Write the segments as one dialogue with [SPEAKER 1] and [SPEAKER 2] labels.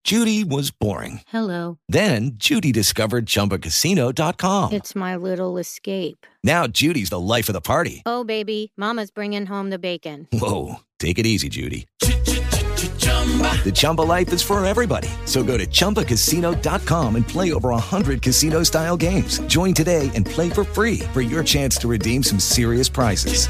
[SPEAKER 1] Judy was boring.
[SPEAKER 2] Hello.
[SPEAKER 1] Then Judy discovered ChumbaCasino.com.
[SPEAKER 2] It's my little escape.
[SPEAKER 1] Now Judy's the life of the party.
[SPEAKER 2] Oh, baby, mama's bringing home the bacon.
[SPEAKER 1] Whoa, take it easy, Judy. The Chumba life is for everybody. So go to ChumbaCasino.com and play over 100 casino-style games. Join today and play for free for your chance to redeem some serious prizes.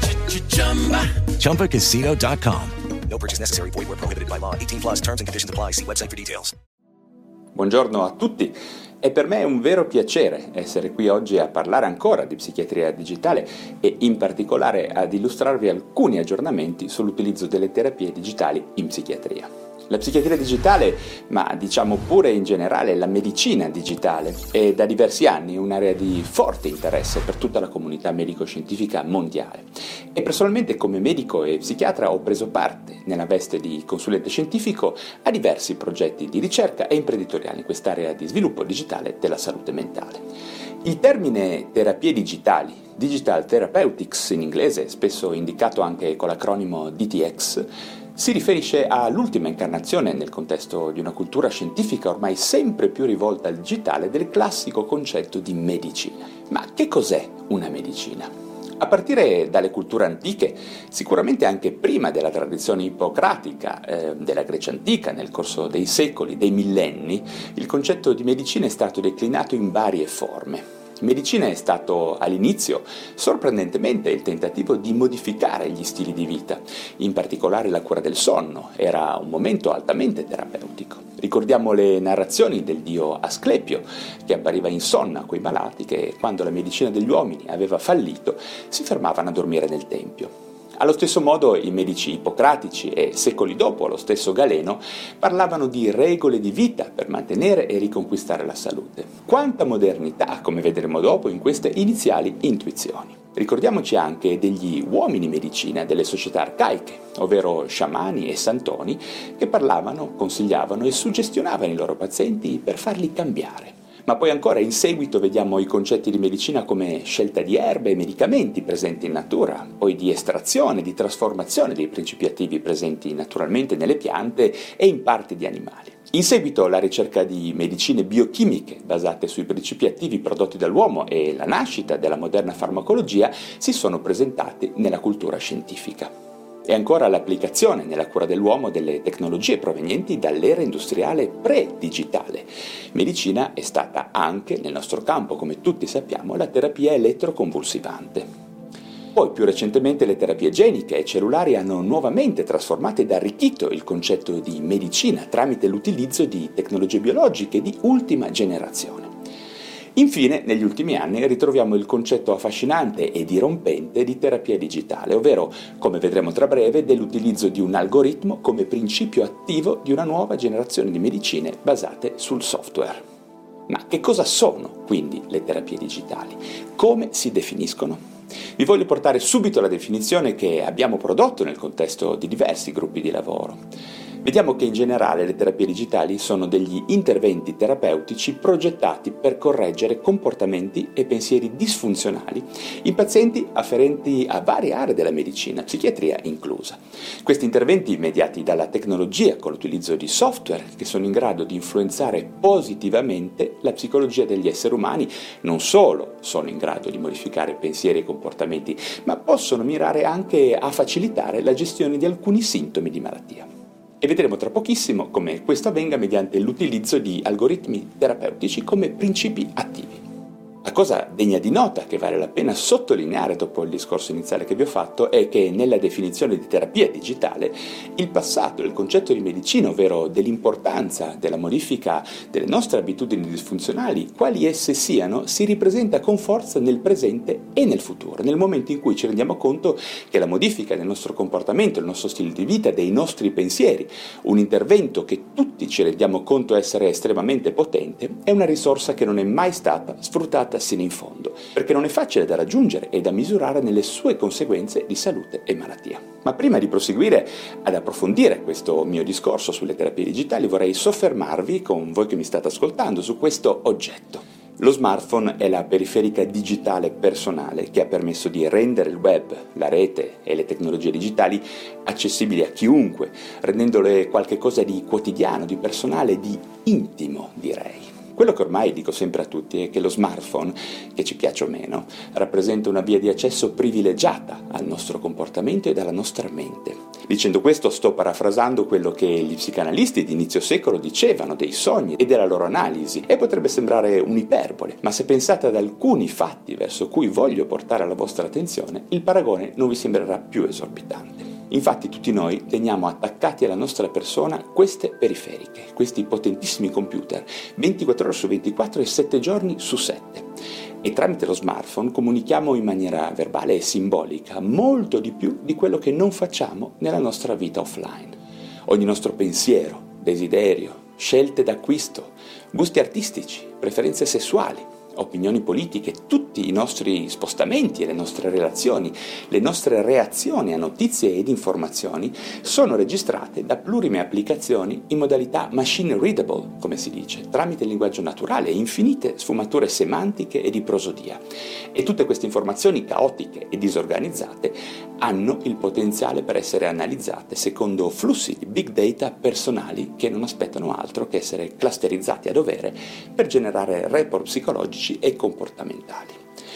[SPEAKER 1] ChumbaCasino.com.
[SPEAKER 3] No purchase necessary. Void where prohibited by law. 18 plus terms and conditions apply. See website for details.
[SPEAKER 4] Buongiorno a tutti. E per me è un vero piacere essere qui oggi a parlare ancora di psichiatria digitale e in particolare ad illustrarvi alcuni aggiornamenti sull'utilizzo delle terapie digitali in psichiatria. La psichiatria digitale, ma diciamo pure in generale la medicina digitale, è da diversi anni un'area di forte interesse per tutta la comunità medico-scientifica mondiale. E personalmente come medico e psichiatra ho preso parte, nella veste di consulente scientifico, a diversi progetti di ricerca e imprenditoriali in quest'area di sviluppo digitale della salute mentale. Il termine terapie digitali, Digital Therapeutics in inglese, spesso indicato anche con l'acronimo DTX, si riferisce all'ultima incarnazione nel contesto di una cultura scientifica ormai sempre più rivolta al digitale del classico concetto di medicina. Ma che cos'è una medicina? A partire dalle culture antiche, sicuramente anche prima della tradizione ippocratica della Grecia antica, nel corso dei secoli, dei millenni, il concetto di medicina è stato declinato in varie forme. Medicina è stato all'inizio sorprendentemente il tentativo di modificare gli stili di vita, in particolare la cura del sonno, era un momento altamente terapeutico. Ricordiamo le narrazioni del dio Asclepio, che appariva insonna coi malati che, quando la medicina degli uomini aveva fallito, si fermavano a dormire nel tempio. Allo stesso modo i medici ippocratici e secoli dopo lo stesso Galeno parlavano di regole di vita per mantenere e riconquistare la salute. Quanta modernità, come vedremo dopo, in queste iniziali intuizioni. Ricordiamoci anche degli uomini medicina delle società arcaiche, ovvero sciamani e santoni, che parlavano, consigliavano e suggestionavano i loro pazienti per farli cambiare. Ma poi ancora in seguito vediamo i concetti di medicina come scelta di erbe e medicamenti presenti in natura, poi di estrazione, di trasformazione dei principi attivi presenti naturalmente nelle piante e in parti di animali. In seguito la ricerca di medicine biochimiche basate sui principi attivi prodotti dall'uomo e la nascita della moderna farmacologia si sono presentate nella cultura scientifica. E ancora l'applicazione nella cura dell'uomo delle tecnologie provenienti dall'era industriale pre-digitale. Medicina è stata anche, nel nostro campo, come tutti sappiamo, la terapia elettroconvulsivante. Poi più recentemente le terapie geniche e cellulari hanno nuovamente trasformato ed arricchito il concetto di medicina tramite l'utilizzo di tecnologie biologiche di ultima generazione. Infine, negli ultimi anni ritroviamo il concetto affascinante e dirompente di terapia digitale, ovvero, come vedremo tra breve, dell'utilizzo di un algoritmo come principio attivo di una nuova generazione di medicine basate sul software. Ma che cosa sono, quindi, le terapie digitali? Come si definiscono? Vi voglio portare subito alla definizione che abbiamo prodotto nel contesto di diversi gruppi di lavoro. Vediamo che in generale le terapie digitali sono degli interventi terapeutici progettati per correggere comportamenti e pensieri disfunzionali in pazienti afferenti a varie aree della medicina, psichiatria inclusa. Questi interventi, mediati dalla tecnologia con l'utilizzo di software che sono in grado di influenzare positivamente la psicologia degli esseri umani, non solo sono in grado di modificare pensieri e comportamenti, ma possono mirare anche a facilitare la gestione di alcuni sintomi di malattia. E vedremo tra pochissimo come questo avvenga mediante l'utilizzo di algoritmi terapeutici come principi attivi. La cosa degna di nota che vale la pena sottolineare dopo il discorso iniziale che vi ho fatto è che nella definizione di terapia digitale il passato, il concetto di medicina, ovvero dell'importanza della modifica delle nostre abitudini disfunzionali, quali esse siano, si ripresenta con forza nel presente e nel futuro, nel momento in cui ci rendiamo conto che la modifica del nostro comportamento, del nostro stile di vita, dei nostri pensieri, un intervento che tutti ci rendiamo conto essere estremamente potente, è una risorsa che non è mai stata sfruttata sino in fondo, perché non è facile da raggiungere e da misurare nelle sue conseguenze di salute e malattia. Ma prima di proseguire ad approfondire questo mio discorso sulle terapie digitali, vorrei soffermarvi, con voi che mi state ascoltando, su questo oggetto. Lo smartphone è la periferica digitale personale che ha permesso di rendere il web, la rete e le tecnologie digitali accessibili a chiunque, rendendole qualcosa di quotidiano, di personale, di intimo, direi. Quello che ormai dico sempre a tutti è che lo smartphone, che ci piace o meno, rappresenta una via di accesso privilegiata al nostro comportamento ed alla nostra mente. Dicendo questo sto parafrasando quello che gli psicanalisti di inizio secolo dicevano dei sogni e della loro analisi, e potrebbe sembrare un'iperbole, ma se pensate ad alcuni fatti verso cui voglio portare la vostra attenzione, il paragone non vi sembrerà più esorbitante. Infatti tutti noi teniamo attaccati alla nostra persona queste periferiche, questi potentissimi computer, 24 ore su 24 e 7 giorni su 7. E tramite lo smartphone comunichiamo in maniera verbale e simbolica molto di più di quello che non facciamo nella nostra vita offline. Ogni nostro pensiero, desiderio, scelte d'acquisto, gusti artistici, preferenze sessuali, opinioni politiche, tutti i nostri spostamenti e le nostre relazioni, le nostre reazioni a notizie ed informazioni sono registrate da plurime applicazioni in modalità machine readable, come si dice, tramite il linguaggio naturale e infinite sfumature semantiche e di prosodia. E tutte queste informazioni caotiche e disorganizzate hanno il potenziale per essere analizzate secondo flussi di big data personali che non aspettano altro che essere clusterizzati a dovere per generare report psicologici e comportamentali.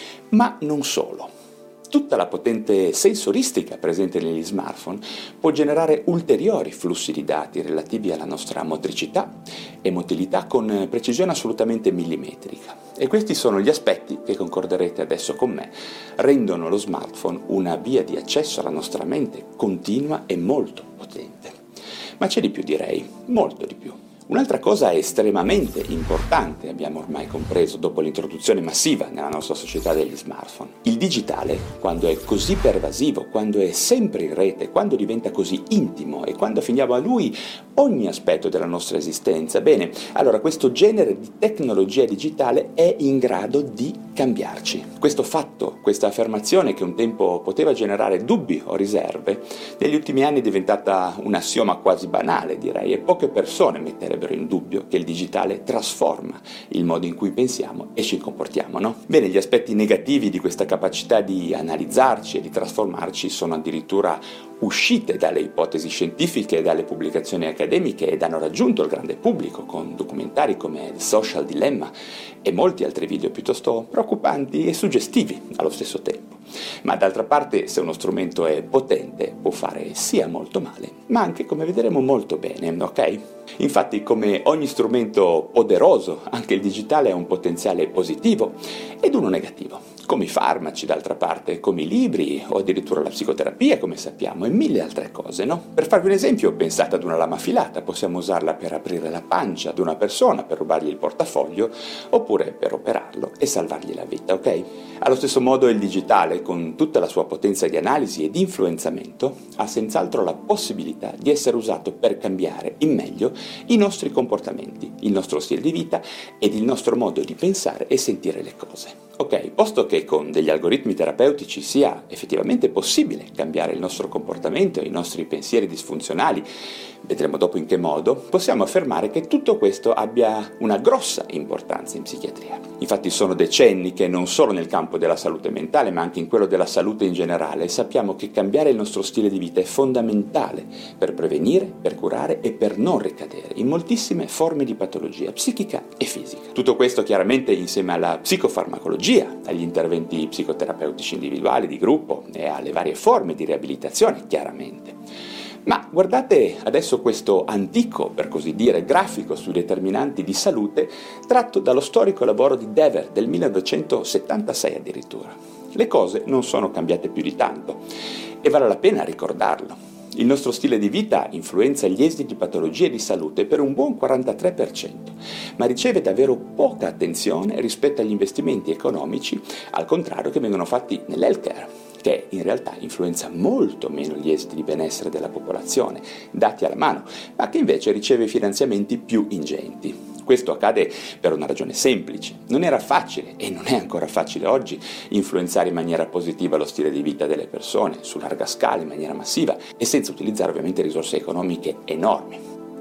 [SPEAKER 4] Ma non solo. Tutta la potente sensoristica presente negli smartphone può generare ulteriori flussi di dati relativi alla nostra motricità e motilità con precisione assolutamente millimetrica. E questi sono gli aspetti che, concorderete adesso con me, rendono lo smartphone una via di accesso alla nostra mente continua e molto potente. Ma c'è di più, direi, molto di più. Un'altra cosa estremamente importante abbiamo ormai compreso dopo l'introduzione massiva nella nostra società degli smartphone. Il digitale, quando è così pervasivo, quando è sempre in rete, quando diventa così intimo e quando affiniamo a lui ogni aspetto della nostra esistenza, bene, allora questo genere di tecnologia digitale è in grado di cambiarci. Questo fatto, questa affermazione che un tempo poteva generare dubbi o riserve, negli ultimi anni è diventata un assioma quasi banale, direi, e poche persone metterebbero in dubbio che il digitale trasforma il modo in cui pensiamo e ci comportiamo, no? Bene, gli aspetti negativi di questa capacità di analizzarci e di trasformarci sono addirittura uscite dalle ipotesi scientifiche e dalle pubblicazioni accademiche ed hanno raggiunto il grande pubblico con documentari come il Social Dilemma e molti altri video piuttosto preoccupanti e suggestivi allo stesso tempo. Ma d'altra parte, se uno strumento è potente, può fare sia molto male, ma anche, come vedremo, molto bene, ok? Infatti, come ogni strumento poderoso, anche il digitale ha un potenziale positivo ed uno negativo. Come i farmaci, d'altra parte, come i libri o addirittura la psicoterapia, come sappiamo, e mille altre cose, no? Per farvi un esempio, pensate ad una lama affilata, possiamo usarla per aprire la pancia ad una persona, per rubargli il portafoglio, oppure per operarlo e salvargli la vita, ok? Allo stesso modo il digitale, con tutta la sua potenza di analisi e di influenzamento, ha senz'altro la possibilità di essere usato per cambiare in meglio i nostri comportamenti, il nostro stile di vita ed il nostro modo di pensare e sentire le cose. Ok, posto che con degli algoritmi terapeutici sia effettivamente possibile cambiare il nostro comportamento e i nostri pensieri disfunzionali, vedremo dopo in che modo, possiamo affermare che tutto questo abbia una grossa importanza in psichiatria. Infatti sono decenni che non solo nel campo della salute mentale, ma anche in quello della salute in generale, sappiamo che cambiare il nostro stile di vita è fondamentale per prevenire, per curare e per non ricadere in moltissime forme di patologia psichica e fisica. Tutto questo chiaramente insieme alla psicofarmacologia, agli interventi psicoterapeutici individuali, di gruppo e alle varie forme di riabilitazione, chiaramente. Ma guardate adesso questo antico, per così dire, grafico sui determinanti di salute tratto dallo storico lavoro di Dever del 1976 addirittura. Le cose non sono cambiate più di tanto e vale la pena ricordarlo. Il nostro stile di vita influenza gli esiti di patologie di salute per un buon 43%, ma riceve davvero poca attenzione rispetto agli investimenti economici, al contrario, che vengono fatti nell'healthcare, che in realtà influenza molto meno gli esiti di benessere della popolazione, dati alla mano, ma che invece riceve finanziamenti più ingenti. Questo accade per una ragione semplice. Non era facile, e non è ancora facile oggi, influenzare in maniera positiva lo stile di vita delle persone, su larga scala, in maniera massiva, e senza utilizzare ovviamente risorse economiche enormi.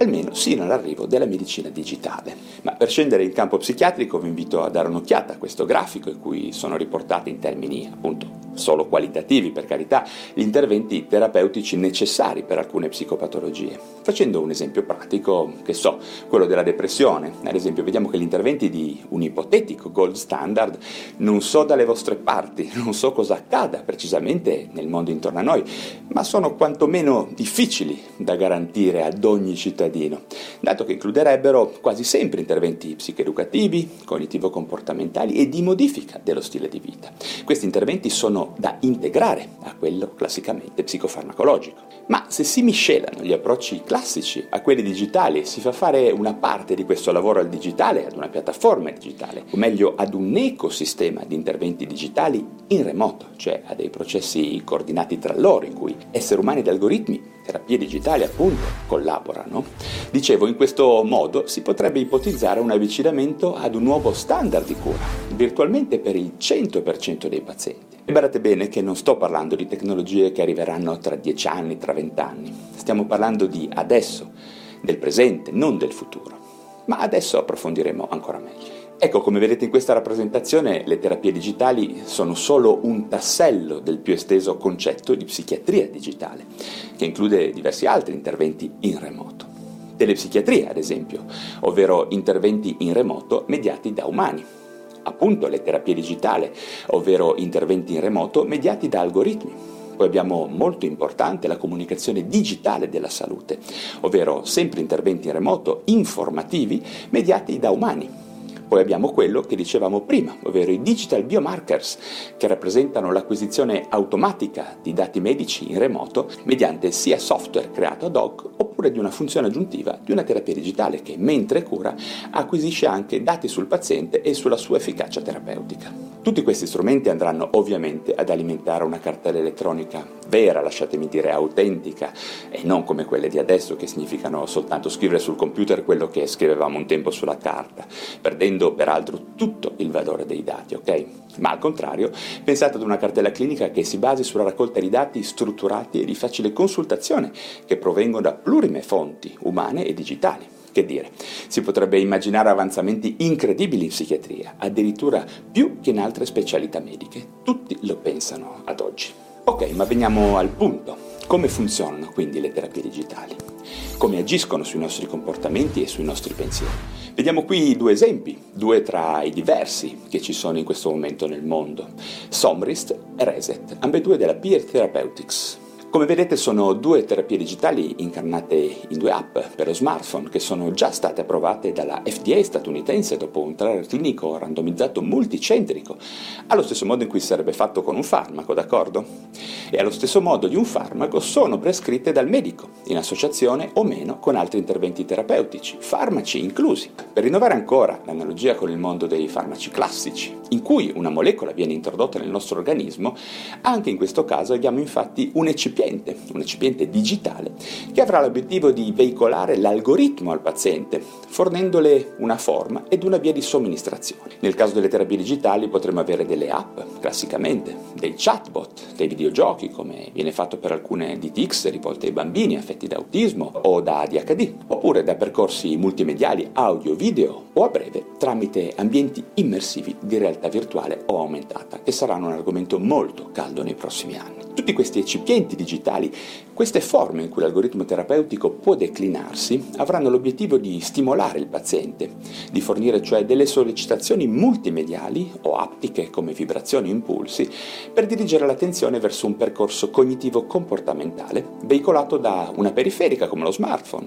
[SPEAKER 4] almeno sino all'arrivo della medicina digitale. Ma per scendere in campo psichiatrico vi invito a dare un'occhiata a questo grafico in cui sono riportati in termini appunto solo qualitativi, per carità, gli interventi terapeutici necessari per alcune psicopatologie. Facendo un esempio pratico, quello della depressione. Ad esempio, vediamo che gli interventi di un ipotetico gold standard, non so dalle vostre parti, non so cosa accada precisamente nel mondo intorno a noi, ma sono quantomeno difficili da garantire ad ogni cittadino, dato che includerebbero quasi sempre interventi psicoeducativi, cognitivo-comportamentali e di modifica dello stile di vita. Questi interventi sono da integrare a quello classicamente psicofarmacologico. Ma se si miscelano gli approcci classici a quelli digitali e si fa fare una parte di questo lavoro al digitale, ad una piattaforma digitale, o meglio ad un ecosistema di interventi digitali in remoto, cioè a dei processi coordinati tra loro, in cui esseri umani ed algoritmi, terapie digitali appunto, collaborano, dicevo, in questo modo si potrebbe ipotizzare un avvicinamento ad un nuovo standard di cura, virtualmente per il 100% dei pazienti. E badate bene che non sto parlando di tecnologie che arriveranno tra 10 anni, tra 20 anni. Stiamo parlando di adesso, del presente, non del futuro. Ma adesso approfondiremo ancora meglio. Ecco, come vedete in questa rappresentazione, le terapie digitali sono solo un tassello del più esteso concetto di psichiatria digitale, che include diversi altri interventi in remoto. Telepsichiatria, ad esempio, ovvero interventi in remoto mediati da umani. Appunto le terapie digitali, ovvero interventi in remoto mediati da algoritmi. Poi abbiamo molto importante la comunicazione digitale della salute, ovvero sempre interventi in remoto informativi mediati da umani. Poi abbiamo quello che dicevamo prima, ovvero i digital biomarkers, che rappresentano l'acquisizione automatica di dati medici in remoto mediante sia software creato ad hoc oppure di una funzione aggiuntiva di una terapia digitale che, mentre cura, acquisisce anche dati sul paziente e sulla sua efficacia terapeutica. Tutti questi strumenti andranno ovviamente ad alimentare una cartella elettronica vera, lasciatemi dire autentica, e non come quelle di adesso che significano soltanto scrivere sul computer quello che scrivevamo un tempo sulla carta, perdendo peraltro tutto il valore dei dati, ok? Ma al contrario, pensate ad una cartella clinica che si basi sulla raccolta di dati strutturati e di facile consultazione che provengono da plurime fonti umane e digitali. Che dire, si potrebbe immaginare avanzamenti incredibili in psichiatria, addirittura più che in altre specialità mediche. Tutti lo pensano ad oggi. Ok, ma veniamo al punto. Come funzionano quindi le terapie digitali? Come agiscono sui nostri comportamenti e sui nostri pensieri? Vediamo qui due esempi, due tra i diversi che ci sono in questo momento nel mondo. Somryst e Reset, ambedue della Peer Therapeutics. Come vedete sono due terapie digitali incarnate in due app per lo smartphone che sono già state approvate dalla FDA statunitense dopo un trial clinico randomizzato multicentrico, allo stesso modo in cui sarebbe fatto con un farmaco, d'accordo? E allo stesso modo di un farmaco sono prescritte dal medico, in associazione o meno con altri interventi terapeutici, farmaci inclusi. Per rinnovare ancora l'analogia con il mondo dei farmaci classici, in cui una molecola viene introdotta nel nostro organismo, anche in questo caso abbiamo infatti un eccipiente digitale che avrà l'obiettivo di veicolare l'algoritmo al paziente, fornendole una forma ed una via di somministrazione. Nel caso delle terapie digitali potremo avere delle app, classicamente, dei chatbot, dei videogiochi, come viene fatto per alcune DTX rivolte ai bambini affetti da autismo o da ADHD, oppure da percorsi multimediali, audio, video o a breve tramite ambienti immersivi di realtà virtuale o aumentata, che saranno un argomento molto caldo nei prossimi anni. Tutti questi eccipienti digitali, queste forme in cui l'algoritmo terapeutico può declinarsi, avranno l'obiettivo di stimolare il paziente, di fornire cioè delle sollecitazioni multimediali o aptiche come vibrazioni o impulsi per dirigere l'attenzione verso un percorso cognitivo-comportamentale veicolato da una periferica come lo smartphone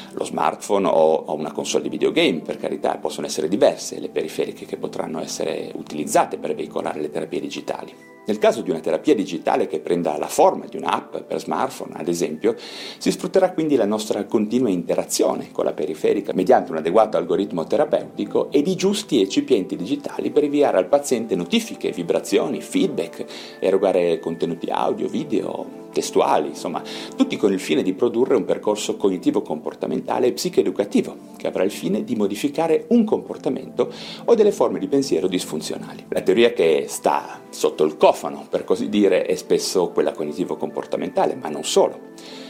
[SPEAKER 4] o una console di videogame, per carità, possono essere diverse le periferiche che potranno essere utilizzate per veicolare le terapie digitali. Nel caso di una terapia digitale che prenda la forma di un'app per smartphone, ad esempio, si sfrutterà quindi la nostra continua interazione con la periferica mediante un adeguato algoritmo terapeutico e di giusti eccipienti digitali per inviare al paziente notifiche, vibrazioni, feedback, erogare contenuti audio, video, testuali, insomma, tutti con il fine di produrre un percorso cognitivo-comportamentale e psicoeducativo che avrà il fine di modificare un comportamento o delle forme di pensiero disfunzionali. La teoria che sta sotto il cofano, per così dire, è spesso quella cognitivo-comportamentale, ma non solo.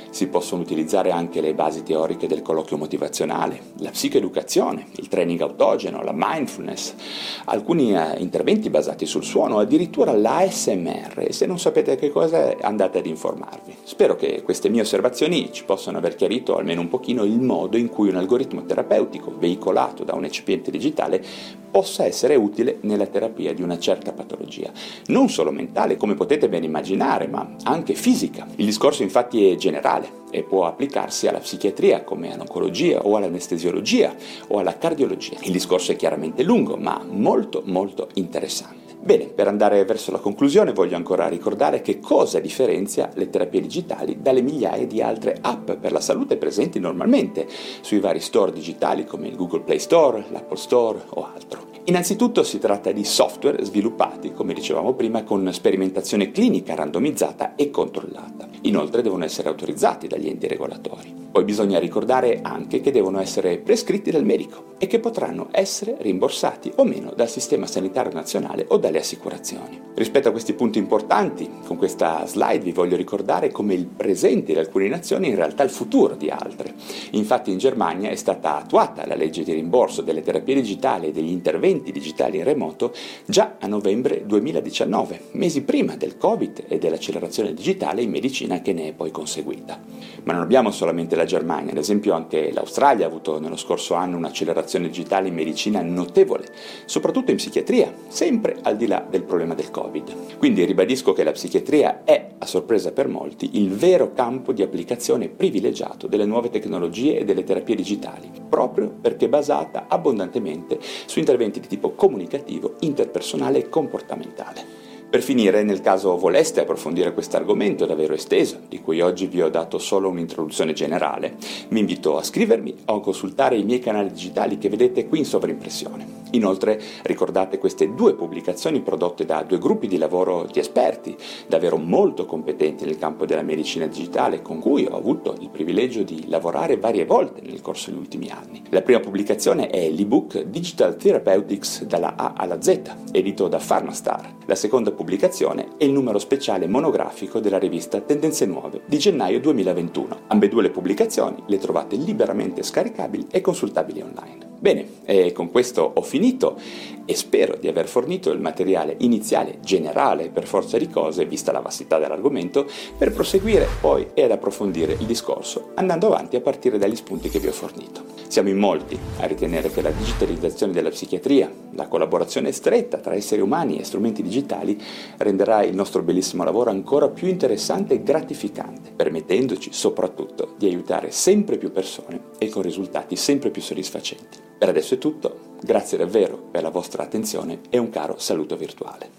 [SPEAKER 4] Si possono utilizzare anche le basi teoriche del colloquio motivazionale, la psicoeducazione, il training autogeno, la mindfulness, alcuni interventi basati sul suono, addirittura l'ASMR. E se non sapete che cosa è, andate ad informarvi. Spero che queste mie osservazioni ci possano aver chiarito almeno un pochino il modo in cui un algoritmo terapeutico veicolato da un eccipiente digitale possa essere utile nella terapia di una certa patologia, non solo mentale come potete ben immaginare, ma anche fisica. Il discorso infatti è generale e può applicarsi alla psichiatria come all'oncologia o all'anestesiologia o alla cardiologia. Il discorso è chiaramente lungo ma molto molto interessante. Bene, per andare verso la conclusione voglio ancora ricordare che cosa differenzia le terapie digitali dalle migliaia di altre app per la salute presenti normalmente sui vari store digitali come il Google Play Store, l'Apple Store o altro. Innanzitutto si tratta di software sviluppati, come dicevamo prima, con sperimentazione clinica randomizzata e controllata. Inoltre devono essere autorizzati dagli enti regolatori. Poi bisogna ricordare anche che devono essere prescritti dal medico e che potranno essere rimborsati o meno dal Sistema Sanitario Nazionale o dalle assicurazioni. Rispetto a questi punti importanti, con questa slide vi voglio ricordare come il presente di alcune nazioni è in realtà il futuro di altre. Infatti in Germania è stata attuata la legge di rimborso delle terapie digitali e degli interventi digitali in remoto già a novembre 2019, mesi prima del Covid e dell'accelerazione digitale in medicina che ne è poi conseguita. Ma non abbiamo solamente la Germania, ad esempio anche l'Australia ha avuto nello scorso anno un'accelerazione digitale in medicina notevole, soprattutto in psichiatria, sempre al di là del problema del Covid. Quindi ribadisco che la psichiatria è, a sorpresa per molti, il vero campo di applicazione privilegiato delle nuove tecnologie e delle terapie digitali, proprio perché basata abbondantemente su interventi di tipo comunicativo, interpersonale e comportamentale. Per finire, nel caso voleste approfondire questo argomento davvero esteso, di cui oggi vi ho dato solo un'introduzione generale, vi invito a scrivermi o a consultare i miei canali digitali che vedete qui in sovraimpressione. Inoltre ricordate queste 2 pubblicazioni prodotte da 2 gruppi di lavoro di esperti, davvero molto competenti nel campo della medicina digitale, con cui ho avuto il privilegio di lavorare varie volte nel corso degli ultimi anni. La prima pubblicazione è l'ebook Digital Therapeutics dalla A alla Z, edito da Pharmastar. La seconda pubblicazione è il numero speciale monografico della rivista Tendenze Nuove di gennaio 2021. Ambedue le pubblicazioni le trovate liberamente scaricabili e consultabili online. Bene, e con questo ho finito e spero di aver fornito il materiale iniziale generale per forza di cose, vista la vastità dell'argomento, per proseguire poi ed approfondire il discorso, andando avanti a partire dagli spunti che vi ho fornito. Siamo in molti a ritenere che la digitalizzazione della psichiatria, la collaborazione stretta tra esseri umani e strumenti digitali, renderà il nostro bellissimo lavoro ancora più interessante e gratificante, permettendoci soprattutto di aiutare sempre più persone e con risultati sempre più soddisfacenti. Per adesso è tutto, grazie davvero per la vostra attenzione e un caro saluto virtuale.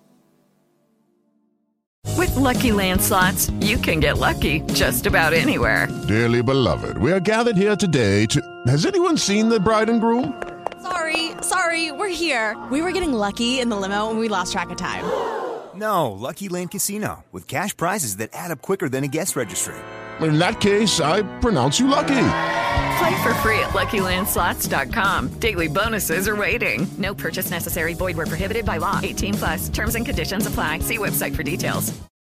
[SPEAKER 5] With Lucky Land Slots, you can get lucky just about anywhere.
[SPEAKER 6] Dearly beloved, we are gathered here today to... Has anyone seen the bride and groom?
[SPEAKER 7] Sorry, we're here. We were getting lucky in the limo and we lost track of time.
[SPEAKER 8] No, Lucky Land Casino, with cash prizes that add up quicker than a guest registry.
[SPEAKER 6] In that case, I pronounce you lucky.
[SPEAKER 5] Play for free at LuckyLandSlots.com. Daily bonuses are waiting. No purchase necessary. Void where prohibited by law. 18+. Terms and conditions apply. See website for details.